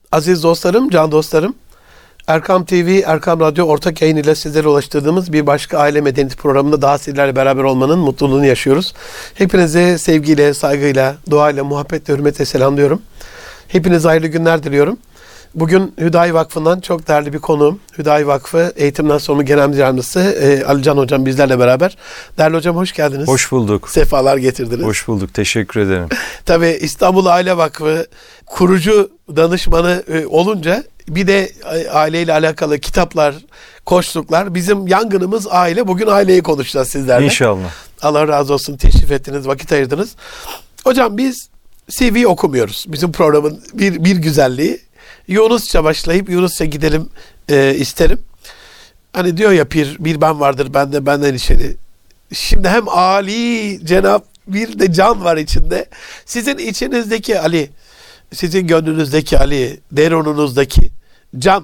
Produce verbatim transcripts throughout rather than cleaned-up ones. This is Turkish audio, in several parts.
Aziz dostlarım, can dostlarım, Erkam T V, Erkam Radyo ortak yayın ile sizlere ulaştırdığımız bir başka aile medeniyeti programında daha sizlerle beraber olmanın mutluluğunu yaşıyoruz. Hepinize sevgiyle, saygıyla, duayla, muhabbetle, hürmetle selamlıyorum. Hepinize hayırlı günler diliyorum. Bugün Hüdayi Vakfı'ndan çok değerli bir konuğum. Hüdayi Vakfı Eğitimden Sorumlu Genel Müdür Yardımcısı e, Ali Can Hocam bizlerle beraber. Değerli hocam hoş geldiniz. Hoş bulduk. Sefalar getirdiniz. Hoş bulduk. Teşekkür ederim. Tabii İstanbul Aile Vakfı kurucu danışmanı e, olunca bir de aileyle alakalı kitaplar, koçluklar. Bizim yangınımız aile. Bugün aileyi konuşacağız sizlerle. İnşallah. Allah razı olsun. Teşrif ettiniz, vakit ayırdınız. Hocam biz C V okumuyoruz. Bizim programın bir, bir güzelliği. Yunusça başlayıp Yunusça gidelim e, isterim. Hani diyor ya pir, bir ben vardır bende benden içeri. Şimdi hem Ali Cenap bir de can var içinde. Sizin içinizdeki Ali, sizin gönlünüzdeki Ali, derununuzdaki can,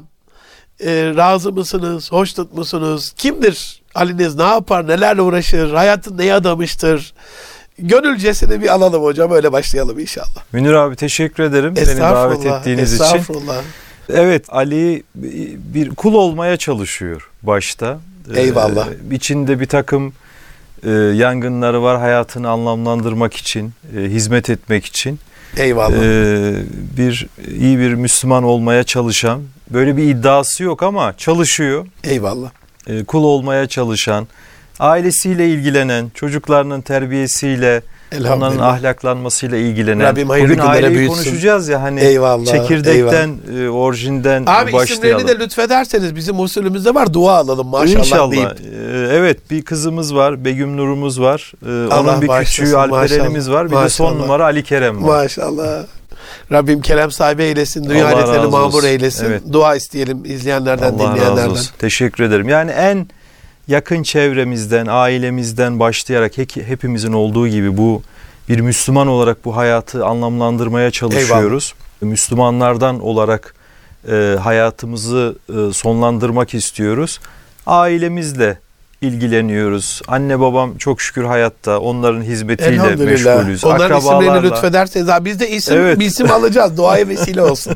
e, razı mısınız, hoşnut musunuz? Kimdir Ali'niz, ne yapar, nelerle uğraşır, hayatın neye adamıştır? Gönülcesini bir alalım hocam, öyle başlayalım inşallah. Münir abi teşekkür ederim beni davet ettiğiniz için. Estağfurullah. Evet, Ali bir kul olmaya çalışıyor başta. Eyvallah. Ee, içinde bir takım e, yangınları var hayatını anlamlandırmak için, e, hizmet etmek için. Eyvallah. Ee, bir iyi bir Müslüman olmaya çalışan, böyle bir iddiası yok ama çalışıyor. Eyvallah. Ee, kul olmaya çalışan, ailesiyle ilgilenen, çocuklarının terbiyesiyle, onların ahlaklanmasıyla ilgilenen. Rabbim hayırlı bugün günlere aileyi büyütsün. Konuşacağız ya hani eyvallah, çekirdekten, eyvallah. E, orijinden abi başlayalım. isimlerini de lütfederseniz bizim usulümüzde var, dua alalım maşallah İnşallah. deyip. Ee, evet, bir kızımız var, Begüm Nur'umuz var. Ee, Allah onun bir küçüğü Alperen'imiz var. Bir maşallah. de son numara Ali Kerem var. Maşallah. Rabbim kerem sahibi eylesin, dünya aletlerini mamur eylesin. Evet. Dua isteyelim izleyenlerden, Allah dinleyenlerden. Razı olsun. Teşekkür ederim. Yani en yakın çevremizden, ailemizden başlayarak hepimizin olduğu gibi bu bir Müslüman olarak bu hayatı anlamlandırmaya çalışıyoruz. Eyvallah. Müslümanlardan olarak e, hayatımızı e, sonlandırmak istiyoruz. Ailemizle ilgileniyoruz. Anne babam çok şükür hayatta. Onların hizmetiyle meşgulüz. Onların isimlerini lütfederseniz abi biz de isim, evet. bir isim alacağız. Duaya vesile olsun.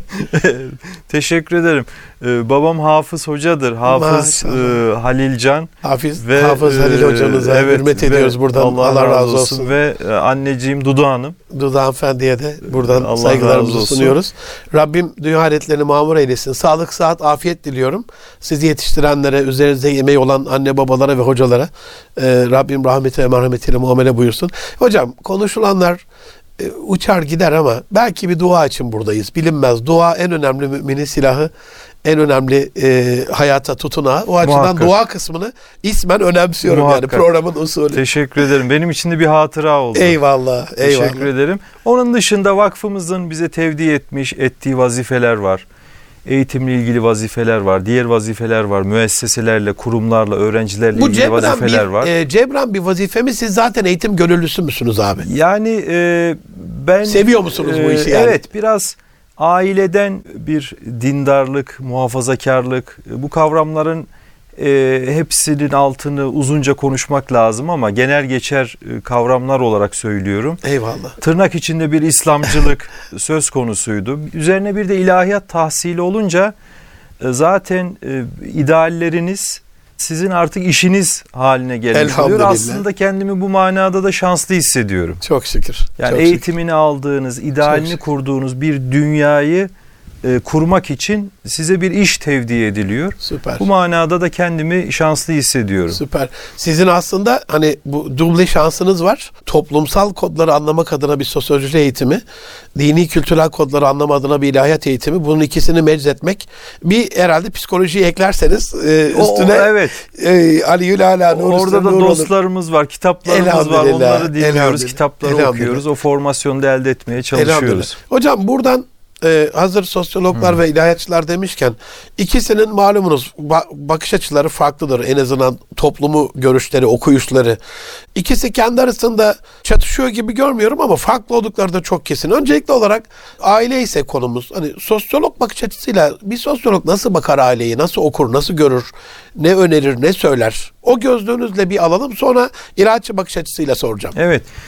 Teşekkür ederim. Ee, babam Hafız Hocadır. Hafız e, Halil Can. Hafiz, ve, Hafız Halil e, hocamıza evet, hürmet ediyoruz buradan. Allah, Allah razı olsun. olsun. Ve e, anneciğim Dudu Hanım. Dudu hanımefendiye de buradan Allah saygılarımızı sunuyoruz. Rabbim dünya aletlerini mamur eylesin. Sağlık, sıhhat, afiyet diliyorum. Sizi yetiştirenlere, üzerinize yemeği olan anne babalara ve hocalara e, Rabbim rahmeti ve merhametiyle muamele buyursun. Hocam konuşulanlar e, uçar gider ama belki bir dua için buradayız. Bilinmez. Dua en önemli müminin silahı. En önemli e, hayata tutunağı. O açıdan muhakkak. Dua kısmını ismen önemsiyorum muhakkak. Yani programın usulü. Teşekkür ederim. Benim için de bir hatıra oldu. Eyvallah. Eyvallah. Teşekkür ederim. Onun dışında vakfımızın bize tevdi etmiş, ettiği vazifeler var. Eğitimle ilgili vazifeler var. Diğer vazifeler var. Müesseselerle, kurumlarla, öğrencilerle bu ilgili vazifeler bir, var. E, cebren bir vazife mi? Siz zaten eğitim gönüllüsü müsünüz abi? Yani e, ben... Seviyor musunuz e, bu işi yani? Evet, biraz... Aileden bir dindarlık, muhafazakarlık, bu kavramların e, hepsinin altını uzunca konuşmak lazım ama genel geçer e, kavramlar olarak söylüyorum. Eyvallah. Tırnak içinde bir İslamcılık söz konusuydu. Üzerine bir de ilahiyat tahsili olunca e, zaten e, idealleriniz sizin artık işiniz haline gelmiş oluyor. Aslında kendimi bu manada da şanslı hissediyorum. Çok şükür. Yani çok eğitimini şükür. aldığınız, idealini kurduğunuz bir dünyayı e, kurmak için size bir iş tevdi ediliyor. Süper. Bu manada da kendimi şanslı hissediyorum. Süper. Sizin aslında hani bu duble şansınız var. Toplumsal kodları anlamak adına bir sosyoloji eğitimi, dini kültürel kodları anlama adına bir ilahiyat eğitimi. Bunun ikisini meczetmek. Bir herhalde psikolojiyi eklerseniz e, üstüne o, evet. e, Aliül Ala Nur orada da nur dostlarımız olur. Var, kitaplarımız var. Onları dinliyoruz, kitapları okuyoruz. O formasyonu da elde etmeye çalışıyoruz. Hocam buradan Ee, hazır sosyologlar hmm. ve ilahiyatçılar demişken ikisinin malumunuz ba- bakış açıları farklıdır. En azından toplumu görüşleri, okuyuşları. İkisi kendi arasında çatışıyor gibi görmüyorum ama farklı oldukları da çok kesin. Öncelikli olarak aile ise konumuz. Hani sosyolog bakış açısıyla bir sosyolog nasıl bakar aileyi, nasıl okur, nasıl görür, ne önerir, ne söyler? O gözlüğünüzle bir alalım, sonra ilahiyatçı bakış açısıyla soracağım. Evet.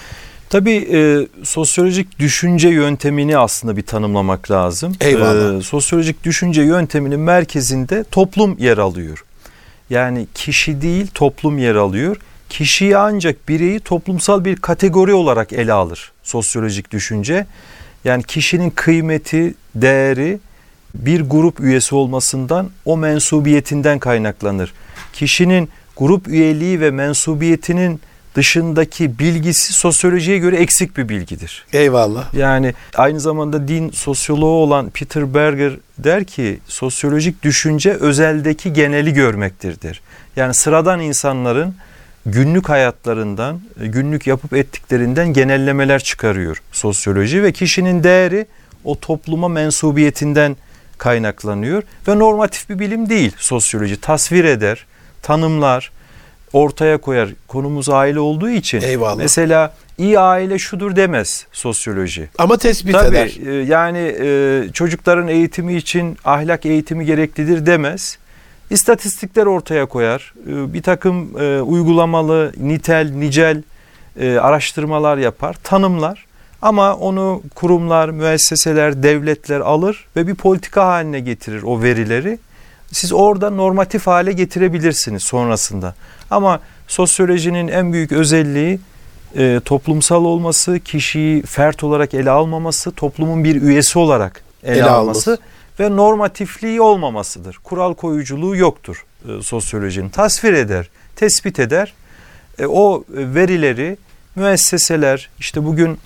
Tabii e, sosyolojik düşünce yöntemini aslında bir tanımlamak lazım. Eyvallah. E, sosyolojik düşünce yönteminin merkezinde toplum yer alıyor. Yani kişi değil, toplum yer alıyor. Kişiyi ancak bireyi toplumsal bir kategori olarak ele alır sosyolojik düşünce. Yani kişinin kıymeti, değeri bir grup üyesi olmasından, o mensubiyetinden kaynaklanır. Kişinin grup üyeliği ve mensubiyetinin dışındaki bilgisi sosyolojiye göre eksik bir bilgidir. Eyvallah. Yani aynı zamanda din sosyoloğu olan Peter Berger der ki sosyolojik düşünce özeldeki geneli görmektir der. Yani sıradan insanların günlük hayatlarından, günlük yapıp ettiklerinden genellemeler çıkarıyor sosyoloji ve kişinin değeri o topluma mensubiyetinden kaynaklanıyor ve normatif bir bilim değil sosyoloji. Tasvir eder, tanımlar, ortaya koyar. Konumuz aile olduğu için. Eyvallah. Mesela iyi aile şudur demez sosyoloji. Ama tespit Tabii, eder. e, yani e, çocukların eğitimi için ahlak eğitimi gereklidir demez. İstatistikler ortaya koyar. E, bir takım e, uygulamalı, nitel, nicel e, araştırmalar yapar, tanımlar. Ama onu kurumlar, müesseseler, devletler alır ve bir politika haline getirir o verileri. Siz orada normatif hale getirebilirsiniz sonrasında. Ama sosyolojinin en büyük özelliği e, toplumsal olması, kişiyi fert olarak ele almaması, toplumun bir üyesi olarak ele, ele alması alması ve normatifliği olmamasıdır. Kural koyuculuğu yoktur e, sosyolojinin. Tasvir eder, tespit eder. E, o verileri müesseseler, işte bugün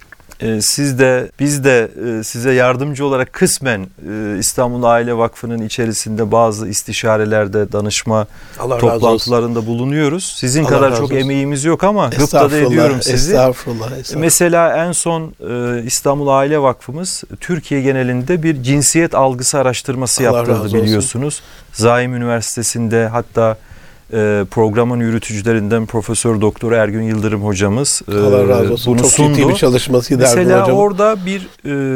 Ee, siz de biz de e, size yardımcı olarak kısmen e, İstanbul Aile Vakfı'nın içerisinde bazı istişarelerde, danışma Allah toplantılarında bulunuyoruz. Sizin Allah kadar çok olsun. Emeğimiz yok ama gıpta da ediyorum sizi. Estağfurullah, estağfurullah. Mesela en son e, İstanbul Aile Vakfımız Türkiye genelinde bir cinsiyet algısı araştırması Allah yaptırdı biliyorsunuz. Zaim Üniversitesi'nde, hatta E, programın yürütücülerinden Profesör Doktor Ergün Yıldırım hocamız e, Allah razı olsun. bunu Çok sundu. ciddi bir çalışmasıydı Ergün Mesela hocam. orada bir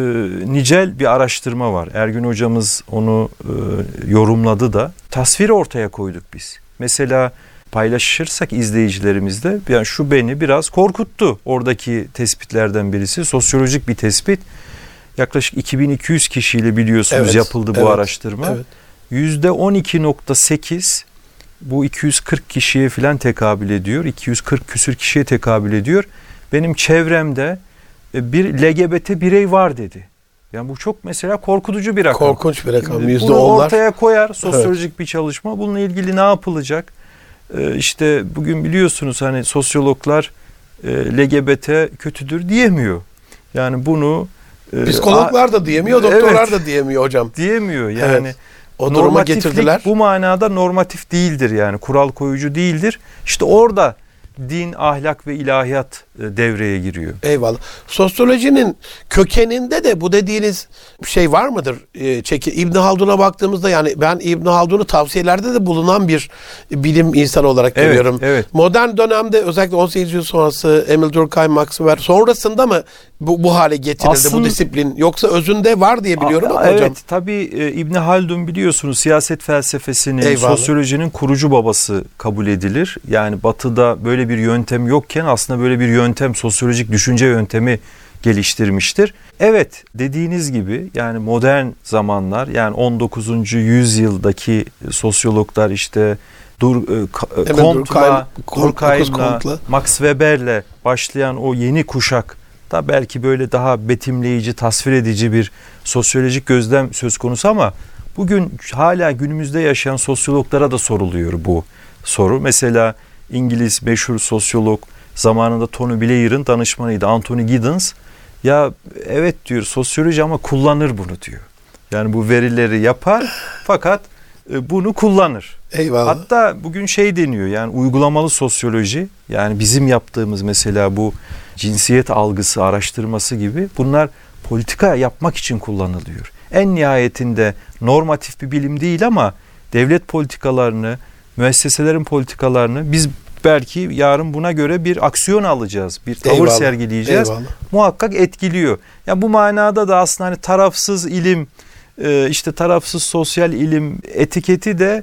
e, nicel bir araştırma var. Ergün hocamız onu e, yorumladı da tasvir ortaya koyduk biz. Mesela paylaşırsak izleyicilerimizle, yani şu beni biraz korkuttu. Oradaki tespitlerden birisi sosyolojik bir tespit. Yaklaşık iki bin iki yüz kişiyle biliyorsunuz evet, yapıldı bu evet, araştırma. Evet. yüzde on iki nokta sekiz bu iki yüz kırk kişiye filan tekabül ediyor. iki yüz kırk küsür kişiye tekabül ediyor. Benim çevremde bir L G B T birey var dedi. Yani bu çok mesela korkutucu bir rakam. Korkunç bir rakam. Yüzde Bunu onlar. ortaya koyar sosyolojik evet. bir çalışma. Bununla ilgili ne yapılacak? Ee, işte bugün biliyorsunuz hani sosyologlar e, L G B T kötüdür diyemiyor. Yani bunu e, psikologlar da diyemiyor, doktorlar evet, da diyemiyor hocam. Diyemiyor yani. Evet. O duruma getirdiler. Bu manada normatif değildir, yani kural koyucu değildir. İşte orada din, ahlak ve ilahiyat devreye giriyor. Eyvallah. Sosyolojinin kökeninde de bu dediğiniz şey var mıdır? Ee, çeki İbn Haldun'a baktığımızda, yani ben İbn Haldun'u tavsiyelerde de bulunan bir bilim insanı olarak evet, görüyorum. Evet. Modern dönemde özellikle on sekizinci yüzyıl sonrası Emil Durkheim, Max Weber sonrasında mı bu, bu hale getirildi Aslında, bu disiplin? Yoksa özünde var diye biliyorum ama evet, hocam. Evet tabii e, İbn Haldun biliyorsunuz siyaset felsefesinin, Eyvallah. sosyolojinin kurucu babası kabul edilir. Yani Batı'da böyle bir yöntem yokken aslında böyle bir yöntem, sosyolojik düşünce yöntemi geliştirmiştir. Evet, dediğiniz gibi yani modern zamanlar, yani on dokuzuncu yüzyıldaki sosyologlar işte Dur, e, Comte'la, Durkheim'la, Max Weber'le başlayan o yeni kuşak da belki böyle daha betimleyici, tasvir edici bir sosyolojik gözlem söz konusu ama bugün hala günümüzde yaşayan sosyologlara da soruluyor bu soru. Mesela İngiliz meşhur sosyolog, zamanında Tony Blair'ın danışmanıydı Anthony Giddens. Ya evet diyor, sosyoloji ama kullanır bunu diyor. Yani bu verileri yapar fakat bunu kullanır. Eyvallah. Hatta bugün şey deniyor, yani uygulamalı sosyoloji, yani bizim yaptığımız mesela bu cinsiyet algısı araştırması gibi, bunlar politika yapmak için kullanılıyor. En nihayetinde normatif bir bilim değil ama devlet politikalarını, müesseselerin politikalarını biz belki yarın buna göre bir aksiyon alacağız, bir tavır Eyvallah. sergileyeceğiz. Eyvallah. Muhakkak etkiliyor. Yani bu manada da aslında hani tarafsız ilim, işte tarafsız sosyal ilim etiketi de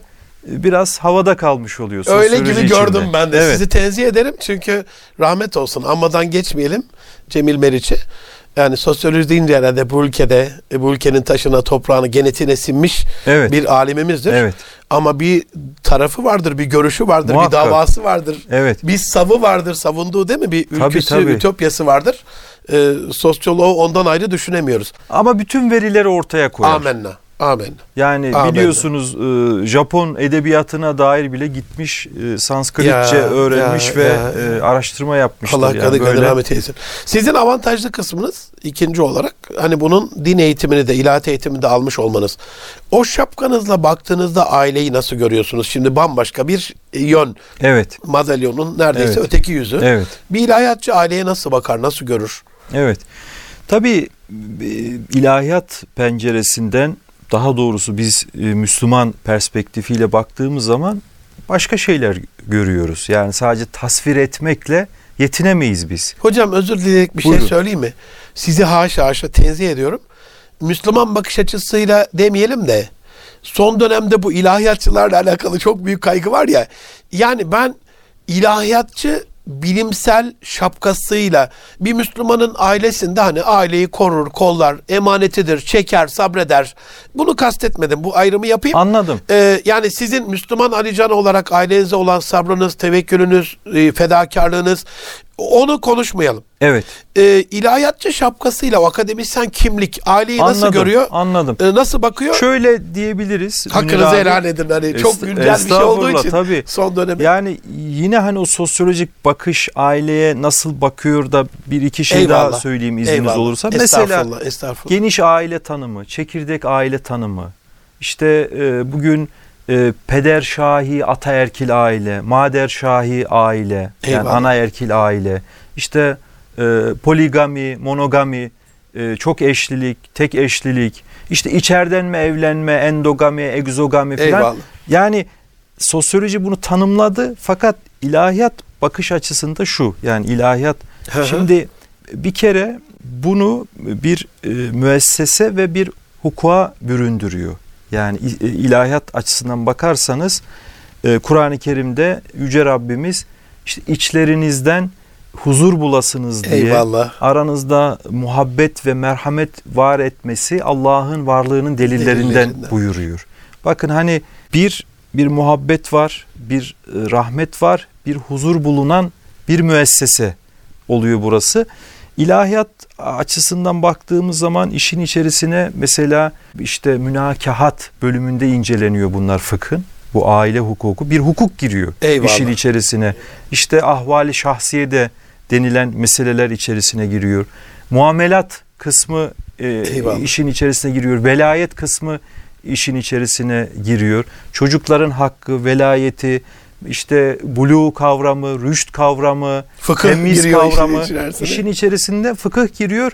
biraz havada kalmış oluyor. Öyle gibi içinde. gördüm ben de. Evet. Sizi tenzih ederim çünkü rahmet olsun. Anmadan geçmeyelim Cemil Meriç'i. Yani sosyoloji deyince herhalde bu ülkede, bu ülkenin taşına, toprağına, genetiğine sinmiş Evet. bir alimimizdir. Evet. Ama bir tarafı vardır, bir görüşü vardır, Muhakkak. bir davası vardır. Evet. Bir savı vardır, savunduğu değil mi? Bir ülküsü, Tabii, tabii. ütopyası vardır. Ee, sosyoloğu ondan ayrı düşünemiyoruz. Ama bütün verileri ortaya koyar. Amenna. Amenna. Yani Amenna. biliyorsunuz e, Japon edebiyatına dair bile gitmiş, e, Sanskritçe Ya, öğrenmiş ya, ve ya. e, araştırma yapmıştır. Allah yani kadı böyle. kadı rahmet eylesin. Sizin avantajlı kısmınız ikinci olarak hani bunun din eğitimini de ilahiyat eğitimini de almış olmanız. O şapkanızla baktığınızda aileyi nasıl görüyorsunuz? Şimdi bambaşka bir yön. Evet. Madalyonun neredeyse Evet. öteki yüzü. Evet. Bir ilahiyatçı aileye nasıl bakar, nasıl görür? Evet. Tabii e, ilahiyat penceresinden, daha doğrusu biz e, Müslüman perspektifiyle baktığımız zaman başka şeyler görüyoruz. Yani sadece tasvir etmekle yetinemeyiz biz. Hocam özür dileyerek bir Buyurun. şey söyleyeyim mi? Sizi haşa haşa tenzih ediyorum. Müslüman bakış açısıyla demeyelim de son dönemde bu ilahiyatçılarla alakalı çok büyük kaygı var ya. Yani ben ilahiyatçı bilimsel şapkasıyla bir Müslümanın ailesinde hani aileyi korur, kollar, emanetidir, çeker, sabreder. Bunu kastetmedim. Bu ayrımı yapayım. Anladım. Ee, yani sizin Müslüman Ali Can olarak ailenize olan sabrınız, tevekkülünüz, e, fedakarlığınız, onu konuşmayalım. Evet. Ee, ilahiyatçı şapkasıyla o akademisyen kimlik aileyi nasıl Anladım, görüyor? Anladım. Ee, nasıl bakıyor? Şöyle diyebiliriz. Hakkınızı Münir abi. helal edin. Hani çok Est- güncel bir şey olduğu estağfurullah, için tabii. son dönemi. Yani yine hani o sosyolojik bakış aileye nasıl bakıyor da bir iki şey Eyvallah. daha söyleyeyim izniniz Eyvallah. olursa. Mesela Estağfurullah, estağfurullah. geniş aile tanımı, çekirdek aile tanımı, işte e, bugün e, peder şahi ataerkil aile, mader şahi aile, yani Eyvallah. anaerkil aile, işte e, poligami, monogami, e, çok eşlilik, tek eşlilik, işte içeriden mi evlenme, endogami, egzogami falan. Eyvallah. Yani sosyoloji bunu tanımladı, fakat ilahiyat bakış açısında şu, yani ilahiyat Hı hı. şimdi bir kere bunu bir e, müessese ve bir hukuka büründürüyor. Yani i- e, ilahiyat açısından bakarsanız e, Kur'an-ı Kerim'de Yüce Rabbimiz işte içlerinizden huzur bulasınız diye, Eyvallah. aranızda muhabbet ve merhamet var etmesi Allah'ın varlığının delillerinden Delillerinden. buyuruyor. Bakın hani bir bir muhabbet var, bir e, rahmet var, bir huzur bulunan bir müessese oluyor burası. İlahiyat açısından baktığımız zaman işin içerisine mesela işte münakahat bölümünde inceleniyor bunlar fıkhın. Bu aile hukuku bir hukuk giriyor Eyvallah. işin içerisine. İşte ahvali şahsiyede denilen meseleler içerisine giriyor. Muamelat kısmı e, Eyvallah. işin içerisine giriyor. Velayet kısmı işin içerisine giriyor. Çocukların hakkı, velayeti, işte buluğ kavramı, rüşt kavramı, Fıkıh temiz giriyor işin kavramı, içerisine. işin içerisinde fıkıh giriyor.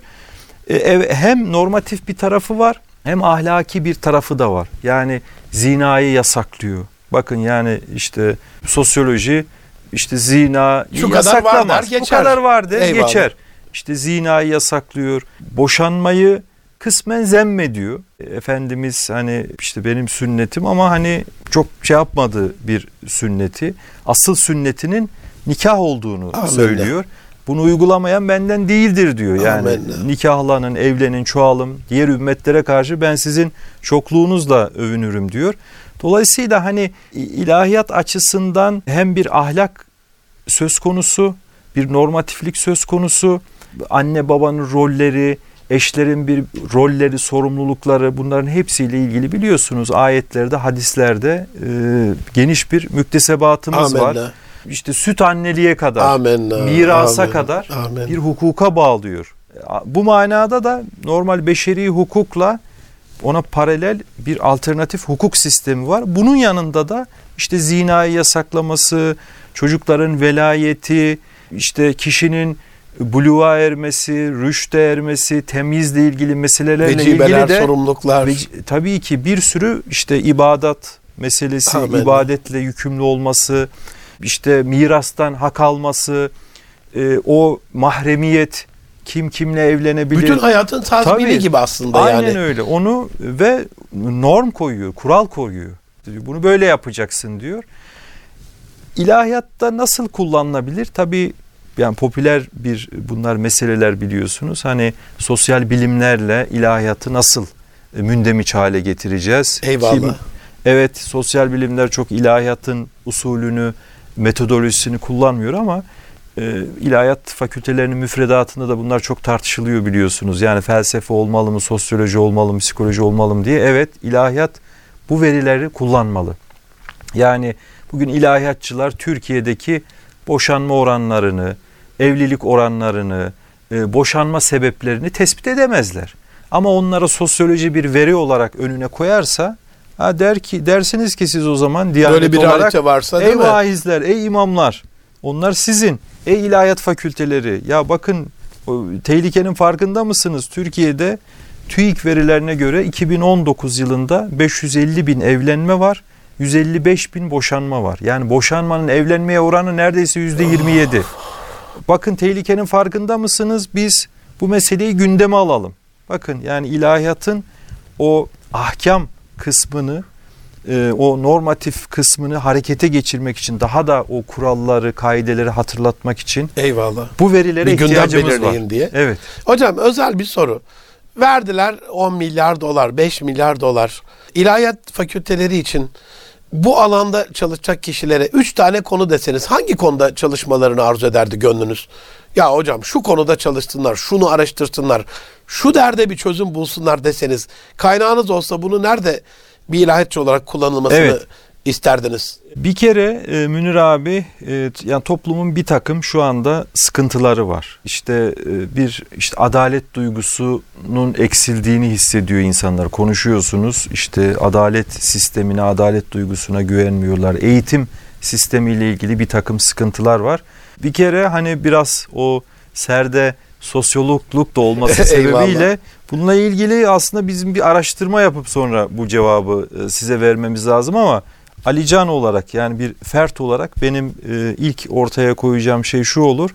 E, hem normatif bir tarafı var, hem ahlaki bir tarafı da var. Yani zinayı yasaklıyor. Bakın yani işte sosyoloji işte zina Şu kadar var yasaklamaz. der, Bu geçer. kadar var der, Eyvallah. geçer. İşte zinayı yasaklıyor. Boşanmayı kısmen zemmediyor. Efendimiz hani işte benim sünnetim ama hani çok şey yapmadığı bir sünneti. Asıl sünnetinin nikah olduğunu Amenna. söylüyor. Bunu uygulamayan benden değildir diyor. Yani Amenna. nikahlanın, evlenin, çoğalın. Diğer ümmetlere karşı ben sizin çokluğunuzla övünürüm diyor. Dolayısıyla hani ilahiyat açısından hem bir ahlak söz konusu, bir normatiflik söz konusu, anne babanın rolleri, eşlerin bir rolleri, sorumlulukları, bunların hepsiyle ilgili biliyorsunuz ayetlerde, hadislerde e, geniş bir müktesebatımız Amenna. var. İşte süt anneliğe kadar, Amenna. mirasa Amen. kadar Amen. bir hukuka bağlıyor. Bu manada da normal beşeri hukukla ona paralel bir alternatif hukuk sistemi var. Bunun yanında da işte zinayı yasaklaması, çocukların velayeti, işte kişinin buluğa ermesi, rüşte ermesi, temizle ilgili meselelerle Vecibeler, ilgili de sorumluluklar. vec- tabii ki bir sürü işte ibadat meselesi, Amenna. ibadetle yükümlü olması, işte mirastan hak alması, e, o mahremiyet, kim kimle evlenebilir. Bütün hayatın tazmini Tabii. gibi aslında Aynen yani. öyle. Onu ve norm koyuyor, kural koyuyor. diyor. Bunu böyle yapacaksın diyor. İlahiyatta nasıl kullanılabilir? Tabii yani popüler bir bunlar meseleler biliyorsunuz. Hani sosyal bilimlerle ilahiyatı nasıl mündemiş hale getireceğiz? Eyvallah. Kim, evet, sosyal bilimler çok ilahiyatın usulünü, metodolojisini kullanmıyor ama e, ilahiyat fakültelerinin müfredatında da bunlar çok tartışılıyor biliyorsunuz. Yani felsefe olmalı mı, sosyoloji olmalı mı, psikoloji olmalı mı diye. Evet, ilahiyat bu verileri kullanmalı. Yani bugün ilahiyatçılar Türkiye'deki boşanma oranlarını, evlilik oranlarını, e, boşanma sebeplerini tespit edemezler. Ama onlara sosyoloji bir veri olarak önüne koyarsa, ha der ki dersiniz ki siz o zaman Diyanet böyle bir olarak, varsa, ey vaizler, ey imamlar, onlar sizin, ey ilahiyat fakülteleri, ya bakın o, tehlikenin farkında mısınız? Türkiye'de TÜİK verilerine göre iki bin on dokuz yılında beş yüz elli bin evlenme var, yüz elli beş bin boşanma var. Yani boşanmanın evlenmeye oranı neredeyse yüzde yirmi yedi. Bakın tehlikenin farkında mısınız? Biz bu meseleyi gündeme alalım. Bakın yani ilahiyatın o ahkam kısmını, e, o normatif kısmını harekete geçirmek için, daha da o kuralları, kaideleri hatırlatmak için, eyvallah, bu verilere bir ihtiyacımız var diye. Evet. Hocam özel bir soru. Verdiler on milyar dolar, beş milyar dolar. İlahiyat fakülteleri için bu alanda çalışacak kişilere üç tane konu deseniz hangi konuda çalışmalarını arzu ederdi gönlünüz? Ya hocam şu konuda çalışsınlar, şunu araştırsınlar, şu derde bir çözüm bulsunlar deseniz, kaynağınız olsa bunu nerede bir ilahiyatçı olarak kullanılmasını evet. isterdiniz? Bir kere e, Münir abi, e, yani toplumun bir takım şu anda sıkıntıları var. İşte e, bir işte adalet duygusunun eksildiğini hissediyor insanlar. Konuşuyorsunuz, işte adalet sistemine, adalet duygusuna güvenmiyorlar. Eğitim sistemiyle ilgili bir takım sıkıntılar var. Bir kere hani biraz o serde sosyologluk da olması sebebiyle bununla ilgili aslında bizim bir araştırma yapıp sonra bu cevabı size vermemiz lazım ama Alican olarak, yani bir fert olarak benim e, ilk ortaya koyacağım şey şu olur.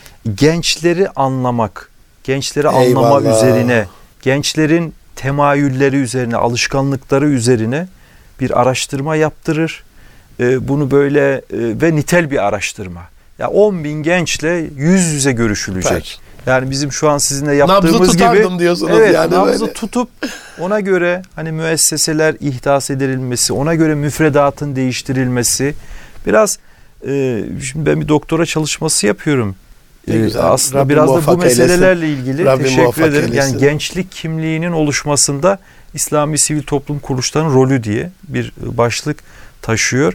Gençleri anlamak, gençleri Eyvallah. anlama üzerine, gençlerin temayülleri üzerine, alışkanlıkları üzerine bir araştırma yaptırır. E, bunu böyle e, ve nitel bir araştırma. Ya on bin gençle yüz yüze görüşülecek. Peki. Yani bizim şu an sizinle yaptığımız gibi, diyorsunuz evet, yani nabzı böyle. tutup ona göre hani müesseseler ihdas edilmesi, ona göre müfredatın değiştirilmesi. Biraz e, şimdi ben bir doktora çalışması yapıyorum. E, aslında Rabbim biraz da bu meselelerle eylesin. ilgili Rabbim teşekkür ederim. Eylesin. Yani gençlik kimliğinin oluşmasında İslami sivil toplum kuruluşlarının rolü diye bir başlık taşıyor.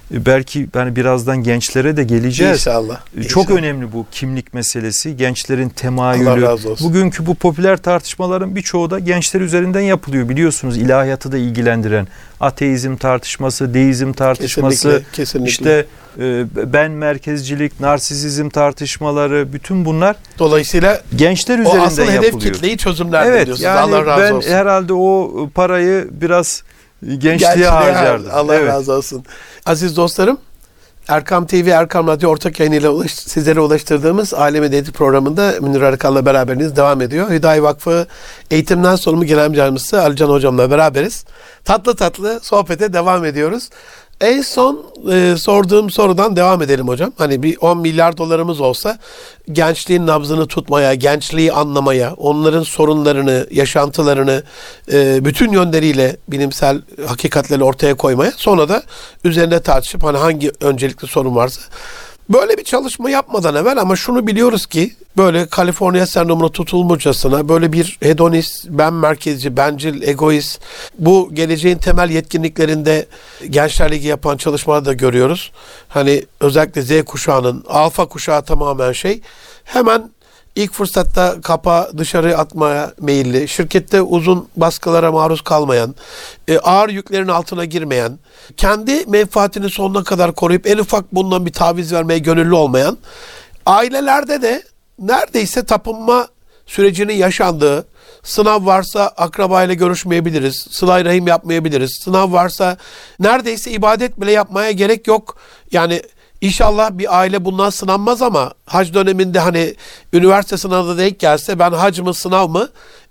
Belki yani birazdan gençlere de geleceğiz. İnşallah. Çok İnşallah. önemli bu kimlik meselesi. Gençlerin temayülü. Bugünkü bu popüler tartışmaların birçoğu da gençler üzerinden yapılıyor. Biliyorsunuz ilahiyatı da ilgilendiren ateizm tartışması, deizm tartışması, kesinlikle, kesinlikle. işte e, ben merkezcilik, narsizm tartışmaları, bütün bunlar dolayısıyla gençler üzerinden yapılıyor. O asıl hedef kitleyi çözümler evet, diyorsunuz. Yani Allah razı ben olsun. herhalde o parayı biraz gençliğe, gençliğe harcardım. Allah evet. razı olsun. Aziz dostlarım, Erkam T V, Erkam Radyo ortak yayınıyla ulaş, sizlere ulaştırdığımız Alem Medeniyeti programında Münir Arıkan'la beraberiniz devam ediyor. Hüdayi Vakfı Eğitimden Sorumlu Genel Müdür Yardımcısı Alican Hocam'la beraberiz. Tatlı tatlı sohbete devam ediyoruz. En son e, sorduğum sorudan devam edelim hocam. Hani bir on milyar dolarımız olsa gençliğin nabzını tutmaya, gençliği anlamaya, onların sorunlarını, yaşantılarını e, bütün yönleriyle bilimsel hakikatleri ortaya koymaya, sonra da üzerine tartışıp hani hangi öncelikli sorun varsa. Böyle bir çalışma yapmadan evvel ama şunu biliyoruz ki böyle Kaliforniya sendromuna tutulmuşçasına böyle bir hedonist, ben merkezci, bencil, egoist, bu geleceğin temel yetkinliklerinde gençlerle ilgili yapan çalışmaları da görüyoruz. Hani özellikle Z kuşağının, alfa kuşağı tamamen şey, hemen İlk fırsatta kapağı dışarı atmaya meyilli, şirkette uzun baskılara maruz kalmayan, e, ağır yüklerin altına girmeyen, kendi menfaatini sonuna kadar koruyup en ufak bundan bir taviz vermeye gönüllü olmayan, ailelerde de neredeyse tapınma sürecinin yaşandığı, sınav varsa akrabayla görüşmeyebiliriz, sıla-i rahim yapmayabiliriz, sınav varsa neredeyse ibadet bile yapmaya gerek yok. Yani İnşallah bir aile bundan sınanmaz ama hac döneminde hani üniversite sınavına denk gelse ben hac mı sınav mı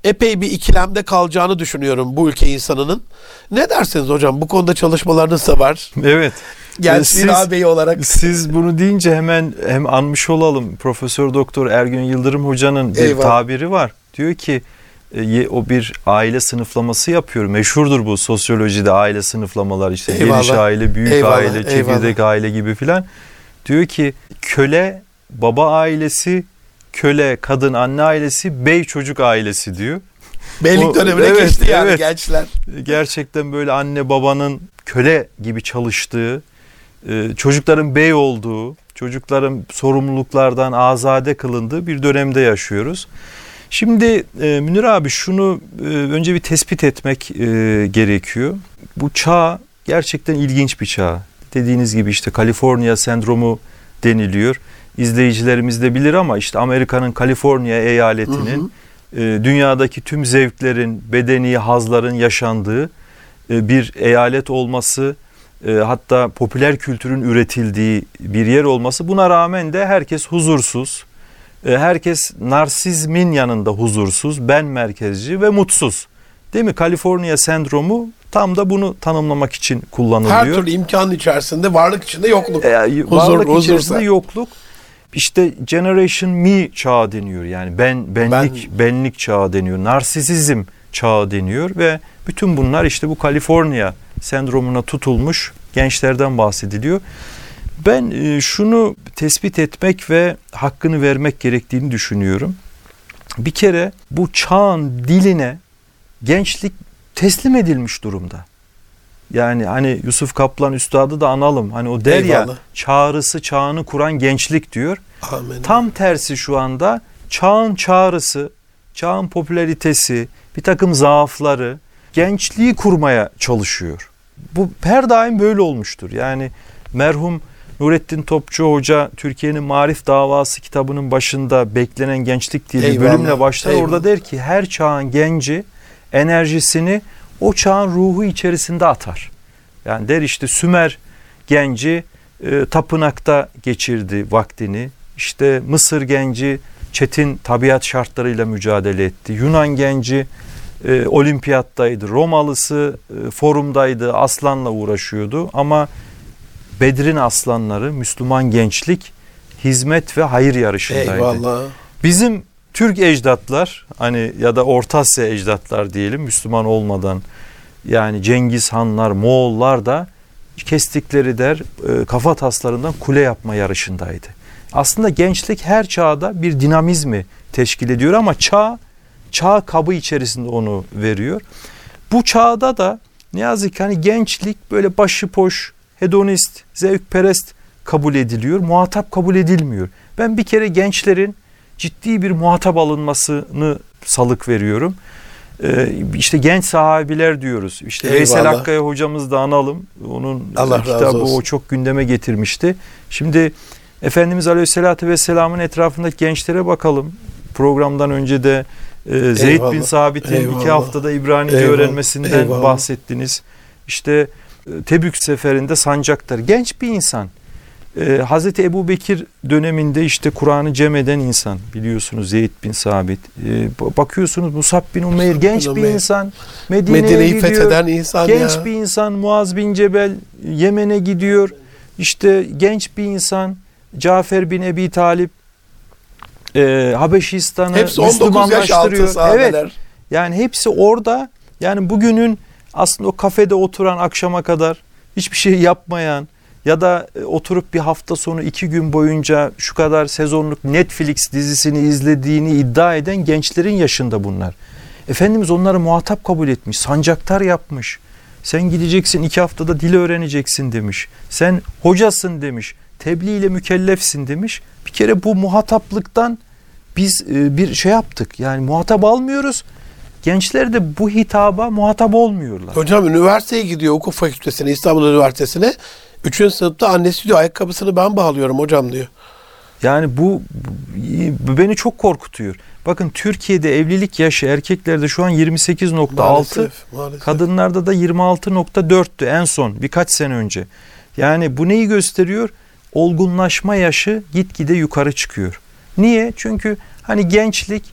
epey bir ikilemde kalacağını düşünüyorum bu ülke insanının. Ne dersiniz hocam? Bu konuda çalışmalarınız da var. Evet. Gençliğin ağabeyi olarak. Siz bunu deyince hemen hem anmış olalım. Profesör Doktor Ergün Yıldırım Hoca'nın bir Eyvallah. tabiri var. Diyor ki o bir aile sınıflaması yapıyor. Meşhurdur bu sosyolojide aile sınıflamalar, işte Eyvallah. geniş aile, büyük Eyvallah. aile, çekirdek Eyvallah. aile gibi filan. Diyor ki köle baba ailesi, köle kadın anne ailesi, bey çocuk ailesi diyor. Beylik dönemine evet, geçti yani evet. gençler. Gerçekten böyle anne babanın köle gibi çalıştığı, çocukların bey olduğu, çocukların sorumluluklardan azade kılındığı bir dönemde yaşıyoruz. Şimdi e, Münir abi şunu e, önce bir tespit etmek e, gerekiyor. Bu çağ gerçekten ilginç bir çağ. Dediğiniz gibi işte Kaliforniya sendromu deniliyor. İzleyicilerimiz de bilir ama işte Amerika'nın Kaliforniya eyaletinin hı hı. E, dünyadaki tüm zevklerin, bedeni hazların yaşandığı e, bir eyalet olması, e, hatta popüler kültürün üretildiği bir yer olması, buna rağmen de herkes huzursuz. Herkes narsizmin yanında huzursuz, ben merkezci ve mutsuz. Değil mi? Kaliforniya sendromu tam da bunu tanımlamak için kullanılıyor. Her türlü imkanın içerisinde, varlık içinde yokluk. Ee, Huzur, varlık huzursa. içerisinde yokluk. İşte Generation Me çağı deniyor. Yani ben benlik ben. benlik çağı deniyor. Narsisizm çağı deniyor ve bütün bunlar işte bu Kaliforniya sendromuna tutulmuş gençlerden bahsediliyor. Ben şunu tespit etmek ve hakkını vermek gerektiğini düşünüyorum. Bir kere bu çağın diline gençlik teslim edilmiş durumda. Yani hani Yusuf Kaplan Üstad'ı da analım. Hani o der ya, çağrısı çağını kuran gençlik diyor. Amin. Tam tersi şu anda çağın çağrısı, çağın popülaritesi, bir takım zaafları gençliği kurmaya çalışıyor. Bu her daim böyle olmuştur. Yani merhum Nurettin Topçu Hoca Türkiye'nin Marif Davası kitabının başında beklenen gençlik diye bir bölümle başlar. Eyvallah. Orada der ki her çağın genci enerjisini o çağın ruhu içerisinde atar. Yani der işte Sümer genci e, tapınakta geçirdi vaktini. İşte Mısır genci çetin tabiat şartlarıyla mücadele etti. Yunan genci e, olimpiyattaydı. Romalısı e, forumdaydı, aslanla uğraşıyordu ama Bedir'in aslanları, Müslüman gençlik hizmet ve hayır yarışındaydı. Eyvallah. Bizim Türk ecdatlar, hani ya da Orta Asya ecdatlar diyelim, Müslüman olmadan, yani Cengiz Hanlar, Moğollar da kestikleri der kafa taslarından kule yapma yarışındaydı. Aslında gençlik her çağda bir dinamizmi teşkil ediyor ama çağ, çağ kabı içerisinde onu veriyor. Bu çağda da ne yazık ki hani gençlik böyle başıboş, hedonist, zevkperest kabul ediliyor, muhatap kabul edilmiyor. Ben bir kere gençlerin ciddi bir muhatap alınmasını salık veriyorum. Ee, işte genç sahabiler diyoruz. İşte Eyvallah. Veysel Akkaya hocamızı da analım. Onun Allah kitabı o çok gündeme getirmişti. Şimdi Efendimiz Aleyhisselatü Vesselam'ın etrafındaki gençlere bakalım. Programdan önce de e, Zeyd Eyvallah. bin Sabit'in Eyvallah. iki haftada İbranice Eyvallah. öğrenmesinden Eyvallah. bahsettiniz. İşte Tebük seferinde sancaktar. Genç bir insan. Ee, Hazreti Ebu Bekir döneminde işte Kur'an'ı cem eden insan. Biliyorsunuz Zeyd bin Sabit. Ee, bakıyorsunuz Musab bin Umeyr genç bir insan. Medine'ye Medine'yi gidiyor. fetheden insan genç ya. bir insan. Muaz bin Cebel Yemen'e gidiyor. İşte genç bir insan. Cafer bin Ebi Talip e, Habeşistan'ı hepsi on dokuz yaş altı sahabeler. Evet. Yani hepsi orada. Yani bugünün aslında o kafede oturan akşama kadar hiçbir şey yapmayan ya da oturup bir hafta sonu iki gün boyunca şu kadar sezonluk Netflix dizisini izlediğini iddia eden gençlerin yaşında bunlar. Efendimiz onları muhatap kabul etmiş, sancaktar yapmış. Sen gideceksin iki haftada dil öğreneceksin demiş. Sen hocasın demiş, tebliğ ile mükellefsin demiş. Bir kere bu muhataplıktan biz bir şey yaptık. Yani muhatap almıyoruz. Gençler de bu hitaba muhatap olmuyorlar. Hocam üniversiteye gidiyor, hukuk fakültesine, İstanbul Üniversitesi'ne. Üçüncü sınıfta annesi diyor ayakkabısını ben bağlıyorum hocam diyor. Yani bu, bu beni çok korkutuyor. Bakın Türkiye'de evlilik yaşı erkeklerde şu an yirmi sekiz nokta altı, kadınlarda da yirmi altı nokta dörttü en son birkaç sene önce. Yani bu neyi gösteriyor? Olgunlaşma yaşı gitgide yukarı çıkıyor. Niye? Çünkü hani gençlik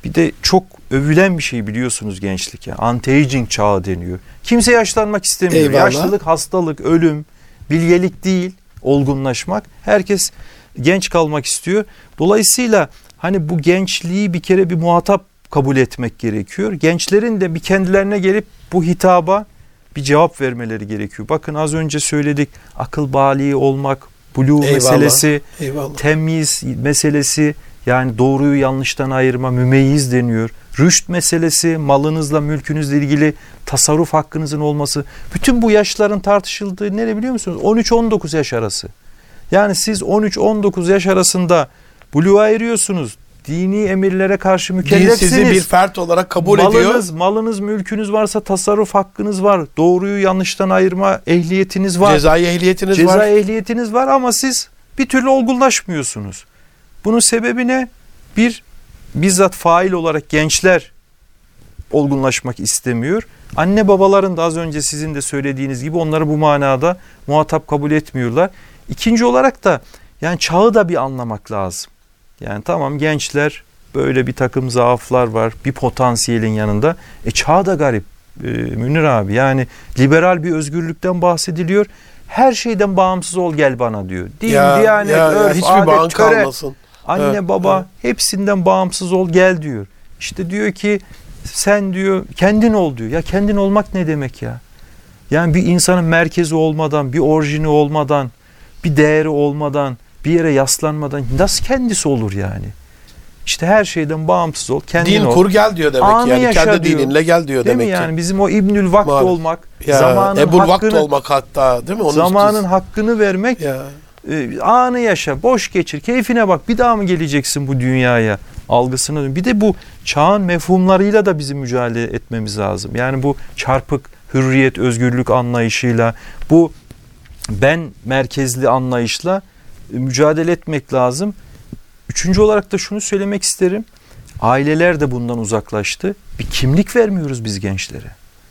Bir de çok övülen bir şey biliyorsunuz gençlik. Yani anti-aging çağı deniyor. Kimse yaşlanmak istemiyor. Eyvallah. Yaşlılık, hastalık, ölüm, bilgelik değil, olgunlaşmak. Herkes genç kalmak istiyor. Dolayısıyla hani bu gençliği bir kere bir muhatap kabul etmek gerekiyor. Gençlerin de bir kendilerine gelip bu hitaba bir cevap vermeleri gerekiyor. Bakın az önce söyledik, akıl baliği olmak, buluğ meselesi, Eyvallah. temyiz meselesi, yani doğruyu yanlıştan ayırma, mümeyyiz deniyor. Rüşt meselesi, malınızla, mülkünüzle ilgili tasarruf hakkınızın olması. Bütün bu yaşların tartışıldığı nere biliyor musunuz? on üç on dokuz yaş arası. Yani siz on üç on dokuz yaş arasında buluğa eriyorsunuz. Dini emirlere karşı mükellefsiniz. Din sizi bir fert olarak kabul malınız, ediyor. Malınız, mülkünüz varsa tasarruf hakkınız var. Doğruyu yanlıştan ayırma ehliyetiniz var. Cezai ehliyetiniz Ceza var. ehliyetiniz var ama siz bir türlü olgunlaşmıyorsunuz. Bunun sebebi ne? Bir, bizzat fail olarak gençler olgunlaşmak istemiyor. Anne babaların da az önce sizin de söylediğiniz gibi onları bu manada muhatap kabul etmiyorlar. İkinci olarak da yani çağı da bir anlamak lazım. Yani tamam, gençler böyle bir takım zaaflar var, bir potansiyelin yanında. E çağ da garip ee, Münir abi, yani liberal bir özgürlükten bahsediliyor. Her şeyden bağımsız ol gel bana diyor. Din, Ya, diyanet, ya, ya, örf, hiçbir bağın adet, töre. kalmasın. Anne Evet, baba evet. hepsinden bağımsız ol gel diyor. İşte diyor ki sen diyor kendin ol diyor. Ya kendin olmak ne demek ya? Yani bir insanın merkezi olmadan, bir orijini olmadan, bir değeri olmadan, bir yere yaslanmadan nasıl kendisi olur yani? İşte her şeyden bağımsız ol, kendin Din ol. kur gel diyor demek Anı ki. Yani yaşa kendi diyor. dininle gel diyor Değil demek mi ki. yani bizim o İbnül Vakt Maalesef. olmak, Ya, zamanın Ebul Vakt hakkını, olmak hatta, değil mi? Onun zamanın üstüne- hakkını vermek, Ya. e, anı yaşa, boş geçir, keyfine bak, bir daha mı geleceksin bu dünyaya algısına. Bir de bu çağın mefhumlarıyla da bizim mücadele etmemiz lazım. Yani bu çarpık hürriyet, özgürlük anlayışıyla, bu ben merkezli anlayışla e, mücadele etmek lazım. Üçüncü olarak da şunu söylemek isterim. Aileler de bundan uzaklaştı. Bir kimlik vermiyoruz biz gençlere.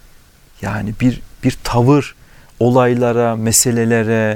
Yani bir bir tavır olaylara, meselelere,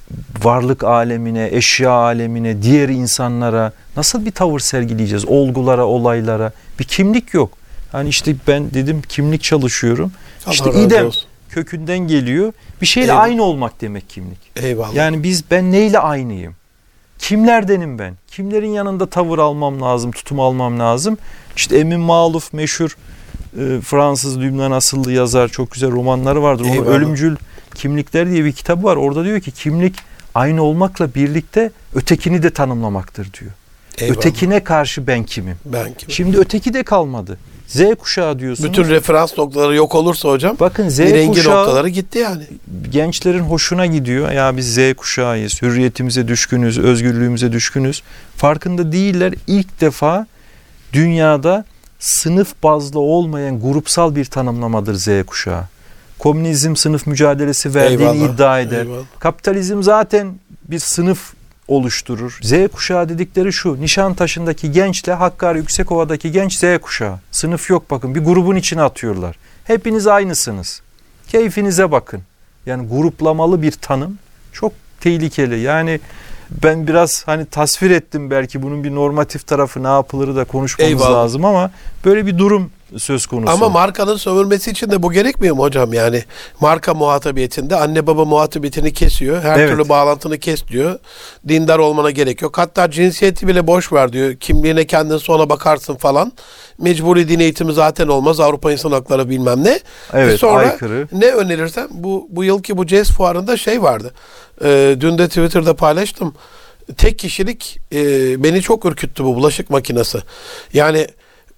varlık alemine, eşya alemine, diğer insanlara nasıl bir tavır sergileyeceğiz? Olgulara, olaylara. Bir kimlik yok. Hani işte ben dedim kimlik çalışıyorum. Allah işte razı idem olsun. kökünden geliyor. Bir şeyle Eyvallah. aynı olmak demek kimlik. Eyvallah. Yani biz ben neyle aynıyım? Kimlerdenim ben? Kimlerin yanında tavır almam lazım, tutum almam lazım? İşte Emin Maluf meşhur e, Fransız Lübnan asıllı yazar, çok güzel romanları vardır. Onun Eyvallah. Ölümcül Kimlikler diye bir kitabı var. Orada diyor ki kimlik aynı olmakla birlikte ötekini de tanımlamaktır diyor. Eyvallah. Ötekine karşı ben kimim? Ben kim? Şimdi öteki de kalmadı. Z kuşağı diyorsunuz. Bütün referans noktaları yok olursa hocam, Bakın Z bir rengi kuşağı noktaları gitti yani. gençlerin hoşuna gidiyor. Ya biz Z kuşağıyız, hürriyetimize düşkünüz, özgürlüğümüze düşkünüz. Farkında değiller. İlk defa dünyada sınıf bazlı olmayan grupsal bir tanımlamadır Z kuşağı. Komünizm sınıf mücadelesi verdiğini Eyvallah, iddia eder. eyvallah. Kapitalizm zaten bir sınıf oluşturur. Z kuşağı dedikleri şu: Nişantaşı'ndaki gençle Hakkari Yüksekova'daki genç Z kuşağı. Sınıf yok, bakın bir grubun içine atıyorlar. Hepiniz aynısınız. Keyfinize bakın. Yani gruplamalı bir tanım çok tehlikeli. Yani ben biraz hani tasvir ettim, belki bunun bir normatif tarafı, ne yapılırı da konuşmamız Eyvallah. lazım ama böyle bir durum söz konusu. Ama markanın sömürmesi için de bu gerekmiyor mu hocam? Yani marka muhatabiyetinde anne baba muhatabiyetini kesiyor. Her Evet. türlü bağlantını kes diyor. Dindar olmana gerek yok. Hatta cinsiyeti bile boş ver diyor. Kimliğine kendin sonra bakarsın falan. Mecburi din eğitimi zaten olmaz. Avrupa İnsan Hakları bilmem ne. Evet, E sonra aykırı. ne önerirsem bu, bu yılki bu C E S fuarında şey vardı. Ee, dün de Twitter'da paylaştım. Tek kişilik e, beni çok ürküttü bu bulaşık makinesi. Yani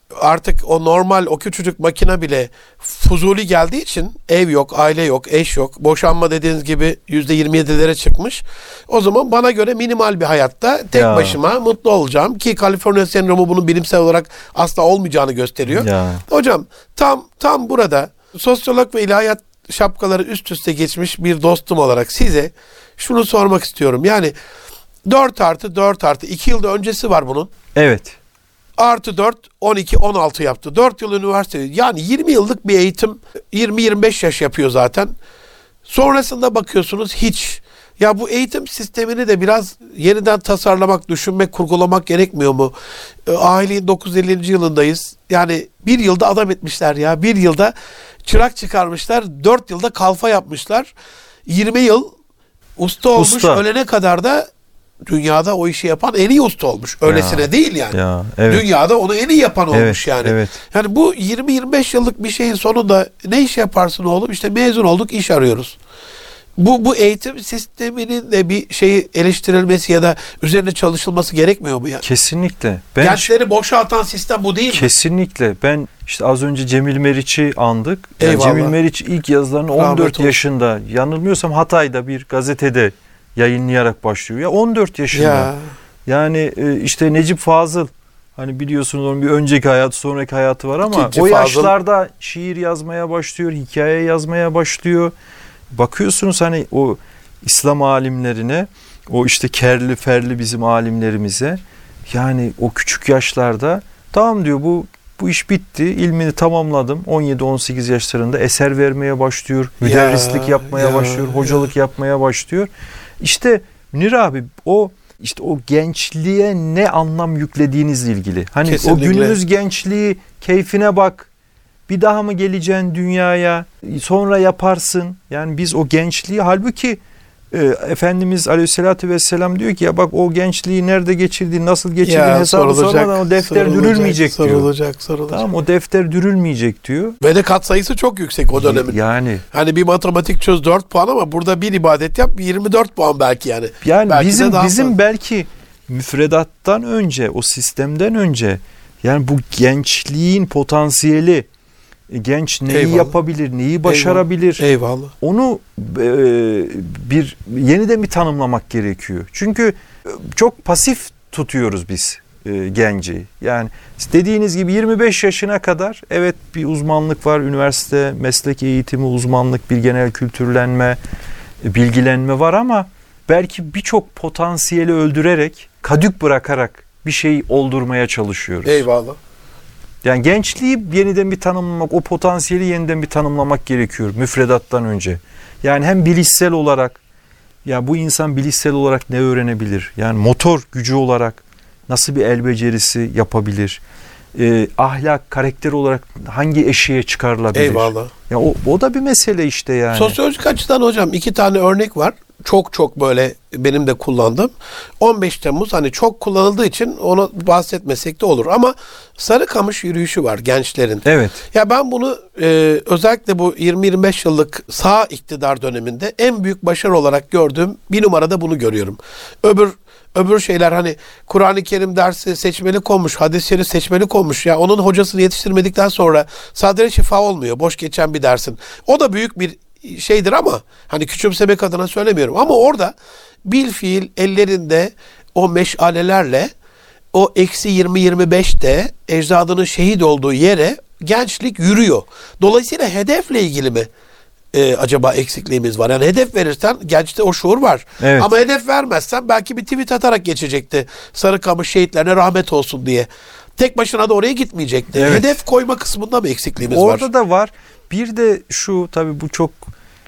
artık o normal o küçücük makine bile fuzuli geldiği için ev yok, aile yok, eş yok. Boşanma dediğiniz gibi yüzde yirmi yedilere çıkmış. O zaman bana göre minimal bir hayatta tek Ya. başıma mutlu olacağım ki Kaliforniya sendromu bunun bilimsel olarak asla olmayacağını gösteriyor. Ya. Hocam tam tam burada sosyolog ve ilahiyat şapkaları üst üste geçmiş bir dostum olarak size şunu sormak istiyorum. Yani dört artı dört artı iki yılda öncesi var bunun. Evet. Artı dört, on iki, on altı yaptı. dört yıl üniversite. Yani yirmi yıllık bir eğitim, yirmi yirmi beş yaş yapıyor zaten. Sonrasında bakıyorsunuz hiç. Ya bu eğitim sistemini de biraz yeniden tasarlamak, düşünmek, kurgulamak gerekmiyor mu? E, Ahili'nin dokuz yüz ellinci yılındayız. Yani bir yılda adam etmişler ya. Bir yılda çırak çıkarmışlar. Dört yılda kalfa yapmışlar. yirmi yıl usta olmuş. Usta. Ölene kadar da dünyada o işi yapan en iyi usta olmuş. Öylesine Ya, değil yani. Ya, evet. Dünyada onu en iyi yapan Evet, olmuş yani. evet. Yani bu yirmi yirmi beş yıllık bir şeyin sonunda ne iş yaparsın oğlum? İşte mezun olduk, iş arıyoruz. Bu bu eğitim sisteminin de bir şeyi eleştirilmesi ya da üzerine çalışılması gerekmiyor mu ya? Kesinlikle. Ben Gençleri boşa atan sistem bu değil mi? Kesinlikle. Ben işte az önce Cemil Meriç'i andık. Yani Eyvallah. Cemil Meriç ilk yazılarını on Rahmet dört olsun. yaşında, yanılmıyorsam Hatay'da bir gazetede yayınlayarak başlıyor. Ya on dört yaşında. Ya. Yani e, işte Necip Fazıl, hani biliyorsunuz onun bir önceki hayatı, sonraki hayatı var ama İkinci o Fazıl. yaşlarda şiir yazmaya başlıyor, hikaye yazmaya başlıyor. Bakıyorsunuz hani o İslam alimlerine, o işte kerli ferli bizim alimlerimize, yani o küçük yaşlarda tamam diyor, bu bu iş bitti, ilmini tamamladım. on yedi on sekiz yaşlarında eser vermeye başlıyor, müderrislik Ya, yapmaya ya, başlıyor, hocalık ya. yapmaya başlıyor. İşte Münir abi, o işte o gençliğe ne anlam yüklediğinizle ilgili. Hani Kesinlikle. o günümüz gençliği, keyfine bak. Bir daha mı geleceksin dünyaya? Sonra yaparsın. Yani biz o gençliği, halbuki e, Efendimiz Aleyhisselatü Vesselam diyor ki ya bak, o gençliği nerede geçirdiğin, nasıl geçirdiğin Ya, hesabı sorulacak, sormadan o defter sorulacak, dürülmeyecek diyor. Sorulacak, sorulacak. Tamam, o defter dürülmeyecek diyor. Ve de katsayısı çok yüksek o dönemin. Yani Hani bir matematik çöz dört puan ama burada bir ibadet yap yirmi dört puan belki yani. yani Belki de bizim daha bizim fazla. belki müfredattan önce, o sistemden önce, yani bu gençliğin potansiyeli, genç neyi Eyvallah. yapabilir, neyi başarabilir? Eyvallah. Onu e, bir yeniden bir tanımlamak gerekiyor. Çünkü e, çok pasif tutuyoruz biz e, genci. Yani dediğiniz gibi yirmi beş yaşına kadar evet bir uzmanlık var, üniversite, meslek eğitimi, uzmanlık, bir genel kültürlenme, e, bilgilenme var ama belki birçok potansiyeli öldürerek, kadük bırakarak bir şey oldurmaya çalışıyoruz. Eyvallah. Yani gençliği yeniden bir tanımlamak, o potansiyeli yeniden bir tanımlamak gerekiyor müfredattan önce. Yani hem bilişsel olarak, ya bu insan bilişsel olarak ne öğrenebilir? Yani motor gücü olarak nasıl bir el becerisi yapabilir? Ee, ahlak, karakter olarak hangi eşiğe çıkarılabilir? Eyvallah. Ya o, o da bir mesele işte yani. Sosyolojik açıdan hocam iki tane örnek var. Çok çok böyle benim de kullandığım. on beş Temmuz hani çok kullanıldığı için onu bahsetmesek de olur. Ama Sarıkamış yürüyüşü var gençlerin. Evet. Ya ben bunu e, özellikle bu yirmi yirmi beş yıllık sağ iktidar döneminde en büyük başarı olarak gördüğüm bir numarada bunu görüyorum. Öbür öbür şeyler hani Kur'an-ı Kerim dersi seçmeli konmuş, hadis-i şerif seçmeli konmuş. Ya onun hocasını yetiştirmedikten sonra sadece şifa olmuyor. Boş geçen bir dersin. O da büyük bir şeydir ama hani küçümsemek adına söylemiyorum ama orada bil fiil ellerinde o meşalelerle o eksi yirmi yirmi beşte ecdadının şehit olduğu yere gençlik yürüyor. Dolayısıyla hedefle ilgili mi e, acaba eksikliğimiz var? Yani hedef verirsen gençte o şuur var. Evet. Ama hedef vermezsen belki bir tweet atarak geçecekti. Sarıkamış şehitlerine rahmet olsun diye. Tek başına da oraya gitmeyecekti. Evet. Hedef koyma kısmında mı eksikliğimiz Orada var? da var. Bir de şu, tabii bu çok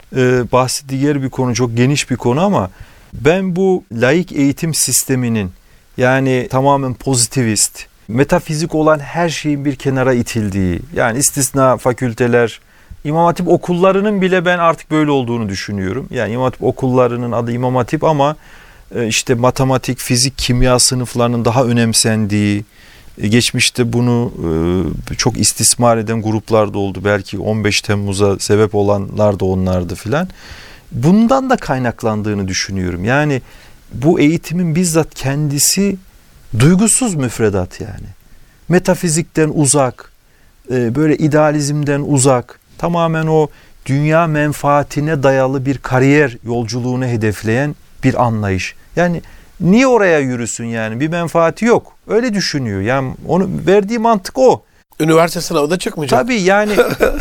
e, bahsi diğer bir konu, çok geniş bir konu ama ben bu laik eğitim sisteminin, yani tamamen pozitivist, metafizik olan her şeyin bir kenara itildiği, yani istisna fakülteler, İmam Hatip okullarının bile ben artık böyle olduğunu düşünüyorum. Yani İmam Hatip okullarının adı İmam Hatip ama e, işte matematik, fizik, kimya sınıflarının daha önemsendiği, geçmişte bunu e, çok istismar eden gruplar da oldu. Belki on beş Temmuz'a sebep olanlar da onlardı filan. Bundan da kaynaklandığını düşünüyorum. Yani bu eğitimin bizzat kendisi duygusuz müfredat yani. Metafizikten uzak, e, böyle idealizmden uzak, tamamen o dünya menfaatine dayalı bir kariyer yolculuğunu hedefleyen bir anlayış. Yani niye oraya yürüsün yani? Bir menfaati yok. Öyle düşünüyor. Yani onu verdiği mantık o. Üniversite sınavında çıkmayacak. Tabii yani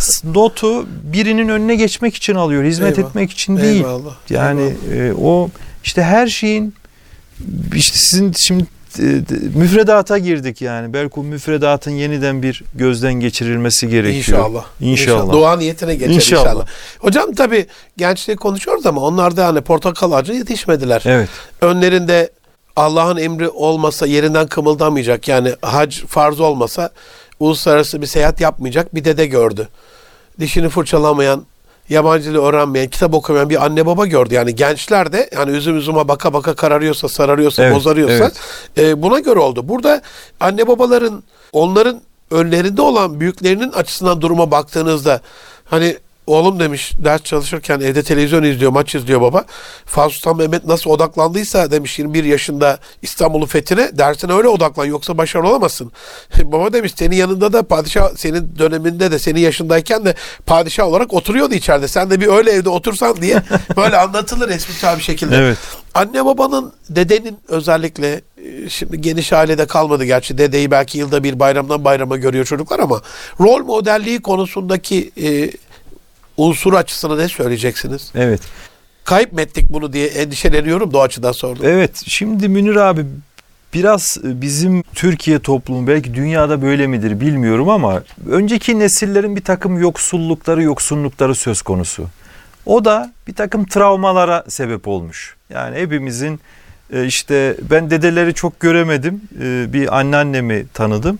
notu birinin önüne geçmek için alıyor. Hizmet Eyvallah. etmek için değil. Eyvallah. Yani e, o işte her şeyin, işte sizin şimdi müfredata girdik yani. Belki o müfredatın yeniden bir gözden geçirilmesi gerekiyor. İnşallah. İnşallah. İnşallah. Dua niyetine geçer inşallah. İnşallah. Hocam tabii gençliği konuşuyoruz ama onlar da hani portakal ağacı yetişmediler. Evet. Önlerinde Allah'ın emri olmasa yerinden kımıldamayacak. Yani hac farz olmasa uluslararası bir seyahat yapmayacak bir dede gördü. Dişini fırçalamayan, yabancı dili öğrenmeyen, kitap okumayan bir anne baba gördü. Yani gençler de yani üzüm üzüme baka baka kararıyorsa, sararıyorsa, evet, bozarıyorsa evet. e, buna göre oldu. Burada anne babaların onların önlerinde olan büyüklerinin açısından duruma baktığınızda hani oğlum demiş ders çalışırken evde televizyon izliyor, maç izliyor baba. Fatih Sultan Mehmet nasıl odaklandıysa demiş yirmi bir yaşında İstanbul'un fethine dersine öyle odaklan yoksa başarılı olamazsın. Baba demiş senin yanında da padişah senin döneminde de senin yaşındayken de padişah olarak oturuyordu içeride. Sen de bir öyle evde otursan diye böyle anlatılır espritsel bir şekilde. Evet. Anne babanın, dedenin özellikle şimdi geniş ailede kalmadı gerçi dedeyi belki yılda bir bayramdan bayrama görüyor çocuklar ama rol modelliği konusundaki e, unsur açısına ne söyleyeceksiniz? Evet. Kayıp mı ettik bunu diye endişeleniyorum da o açıdan sordum. Evet. Şimdi Münir abi biraz bizim Türkiye toplumu belki dünyada böyle midir bilmiyorum ama önceki nesillerin bir takım yoksullukları, yoksunlukları söz konusu. O da bir takım travmalara sebep olmuş. Yani hepimizin işte ben dedeleri çok göremedim. Bir anneannemi tanıdım.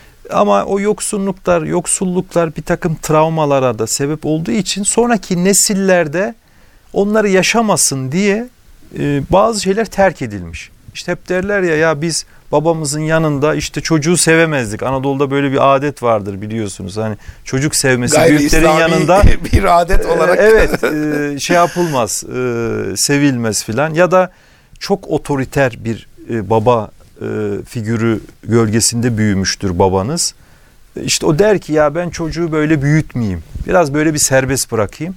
Ama o yoksunluklar, yoksulluklar bir takım travmalara da sebep olduğu için sonraki nesillerde onları yaşamasın diye e, bazı şeyler terk edilmiş. İşte hep derler ya ya biz babamızın yanında işte çocuğu sevemezdik. Anadolu'da böyle bir adet vardır biliyorsunuz. Hani çocuk sevmesi gayri büyüklerin İslami yanında bir adet olarak. E, evet e, şey yapılmaz, e, sevilmez filan ya da çok otoriter bir e, baba e, figürü gölgesinde büyümüştür babanız. İşte o der ki ya ben çocuğu böyle büyütmeyeyim. Biraz böyle bir serbest bırakayım.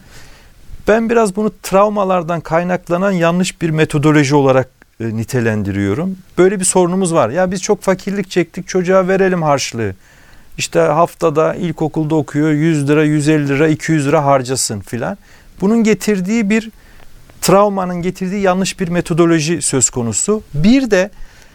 Ben biraz bunu travmalardan kaynaklanan yanlış bir metodoloji olarak e, nitelendiriyorum. Böyle bir sorunumuz var. Ya biz çok fakirlik çektik çocuğa verelim harçlığı. İşte haftada ilkokulda okuyor yüz lira, yüz elli lira, iki yüz lira harcasın filan. Bunun getirdiği bir travmanın getirdiği yanlış bir metodoloji söz konusu. Bir de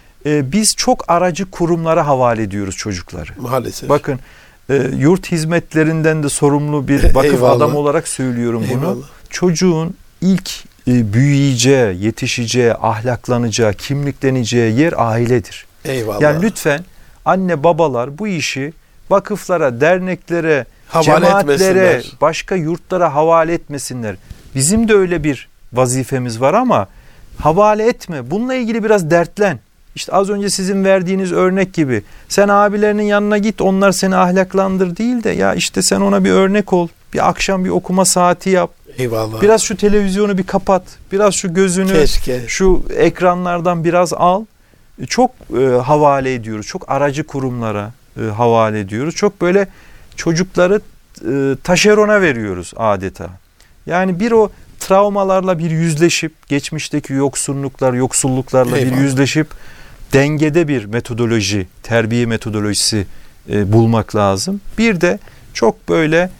e, biz çok aracı kurumlara havale ediyoruz çocukları. Maalesef. Bakın e, yurt hizmetlerinden de sorumlu bir vakıf Eyvallah. Adam olarak söylüyorum bunu. Eyvallah. Çocuğun ilk e, büyüyeceği, yetişeceği, ahlaklanacağı, kimlikleneceği yer ailedir. Eyvallah. Yani lütfen anne babalar bu işi vakıflara, derneklere, havale cemaatlere, etmesinler. Başka yurtlara havale etmesinler. Bizim de öyle bir vazifemiz var ama havale etme. Bununla ilgili biraz dertlen. İşte az önce sizin verdiğiniz örnek gibi. Sen abilerinin yanına git, onlar seni ahlaklandır değil de ya işte sen ona bir örnek ol. Bir akşam bir okuma saati yap. Eyvallah. Biraz şu televizyonu bir kapat. Biraz şu gözünü, Keşke. şu ekranlardan biraz al. Çok e, havale ediyoruz. Çok aracı kurumlara e, havale ediyoruz. Çok böyle çocukları e, taşerona veriyoruz adeta. Yani bir o travmalarla bir yüzleşip, geçmişteki yoksunluklar, yoksulluklarla Eyvallah. bir yüzleşip dengede bir metodoloji, terbiye metodolojisi e, bulmak lazım. Bir de çok böyle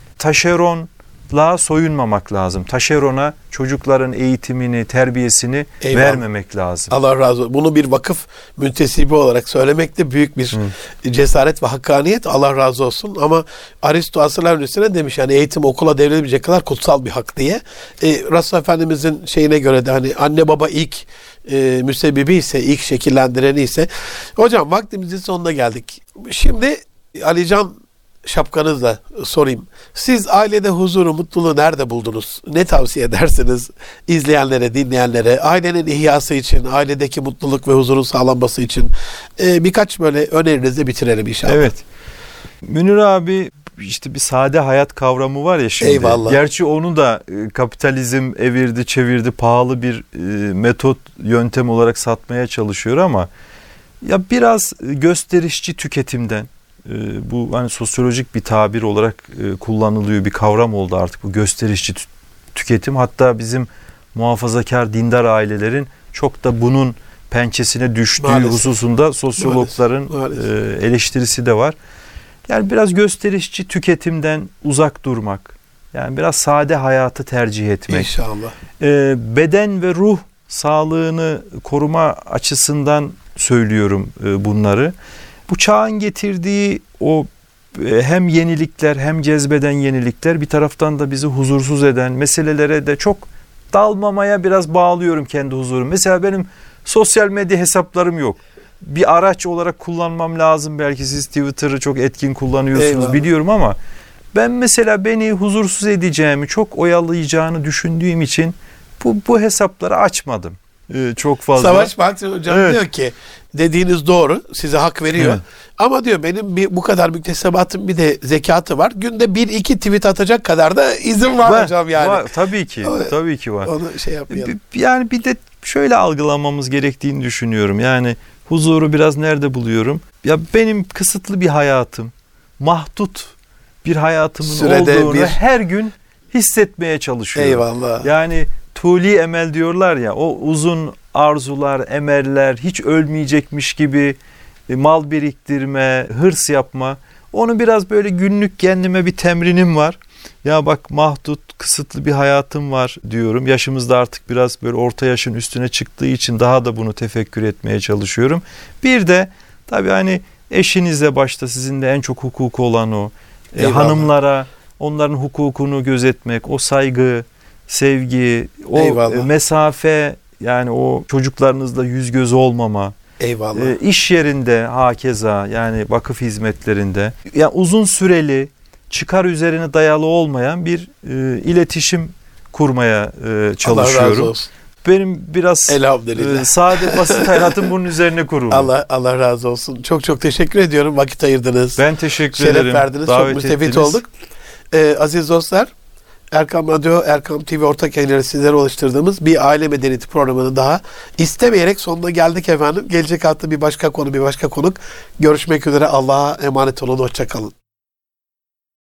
taşeronla soyunmamak lazım. Taşerona çocukların eğitimini, terbiyesini Eyvallah. vermemek lazım. Allah razı olsun. Bunu bir vakıf müntesibi olarak söylemek de büyük bir Hı. cesaret ve hakkaniyet. Allah razı olsun. Ama Aristo asırlar öncesine demiş yani eğitim okula devrilebilecek kadar kutsal bir hak diye. E, Resulullah Efendimizin şeyine göre de hani anne baba ilk e, müsebbibi ise, ilk şekillendireni ise. Hocam vaktimizin sonuna geldik. Şimdi Alican şapkanızla sorayım. Siz ailede huzuru, mutluluğu nerede buldunuz? Ne tavsiye edersiniz izleyenlere, dinleyenlere? Ailenin ihyası için, ailedeki mutluluk ve huzurun sağlanması için ee, birkaç böyle önerinizle bitirelim inşallah. Evet. Münir abi işte bir sade hayat kavramı var ya şimdi. Eyvallah. Gerçi onu da kapitalizm evirdi, çevirdi, pahalı bir e, metot, yöntem olarak satmaya çalışıyor ama ya biraz gösterişçi tüketimden, bu hani sosyolojik bir tabir olarak kullanılıyor bir kavram oldu artık bu gösterişçi tüketim. Hatta bizim muhafazakar dindar ailelerin çok da bunun pençesine düştüğü Maalesef. hususunda sosyologların Maalesef. Maalesef. eleştirisi de var. Yani biraz gösterişçi tüketimden uzak durmak. Yani biraz sade hayatı tercih etmek. İnşallah. Beden ve ruh sağlığını koruma açısından söylüyorum e, bunları. Bu çağın getirdiği o e, hem yenilikler hem cezbeden yenilikler bir taraftan da bizi huzursuz eden meselelere de çok dalmamaya biraz bağlıyorum kendi huzurum. Mesela benim sosyal medya hesaplarım yok. Bir araç olarak kullanmam lazım. Belki siz Twitter'ı çok etkin kullanıyorsunuz, eyvallah, biliyorum ama ben mesela beni huzursuz edeceğimi, çok oyalayacağını düşündüğüm için bu, bu hesapları açmadım. Ee, çok fazla. Savaş Bahattin Hocam, evet, diyor ki dediğiniz doğru, size hak veriyor. Evet. Ama diyor benim bir bu kadar müktesebatım, bir de zekatı var. Günde bir iki tweet atacak kadar da izin var, var hocam yani. Var, tabii ki. O, tabii ki var. Onu şey yapmayalım. Yani bir de şöyle algılamamız gerektiğini düşünüyorum. Yani huzuru biraz nerede buluyorum? Ya benim kısıtlı bir hayatım, mahdut bir hayatımın sürede olduğunu bir... her gün hissetmeye çalışıyorum. Eyvallah. Yani tuli emel diyorlar ya, o uzun arzular, emeller, hiç ölmeyecekmiş gibi mal biriktirme, hırs yapma. Onu biraz böyle günlük kendime bir temrinim var. Ya bak, mahdut, kısıtlı bir hayatım var diyorum. Yaşımızda artık biraz böyle orta yaşın üstüne çıktığı için daha da bunu tefekkür etmeye çalışıyorum. Bir de tabii hani eşinize, başta sizin de en çok hukuku olan o. E, hanımlara onların hukukunu gözetmek, o saygı, sevgi, o eyvallah, mesafe, yani o çocuklarınızla yüz göz olmama. Eyvallah. E, iş yerinde hakeza, yani vakıf hizmetlerinde. Yani uzun süreli, çıkar üzerine dayalı olmayan bir e, iletişim kurmaya e, çalışıyorum. Allah razı olsun. Benim biraz e, sade, basit hayatım bunun üzerine kurulu. Allah Allah razı olsun. Çok çok teşekkür ediyorum. Vakit ayırdınız. Ben teşekkür Şeref ederim. Şeref verdiniz. Davet çok müstefit olduk. Ee, aziz dostlar, Erkam Radyo, Erkam T V ortak yayınları sizlere ulaştırdığımız bir aile medeniyeti programının daha istemeyerek sonuna geldik efendim. Gelecek hafta bir başka konu, bir başka konuk. Görüşmek üzere. Allah'a emanet olun. Hoşça kalın.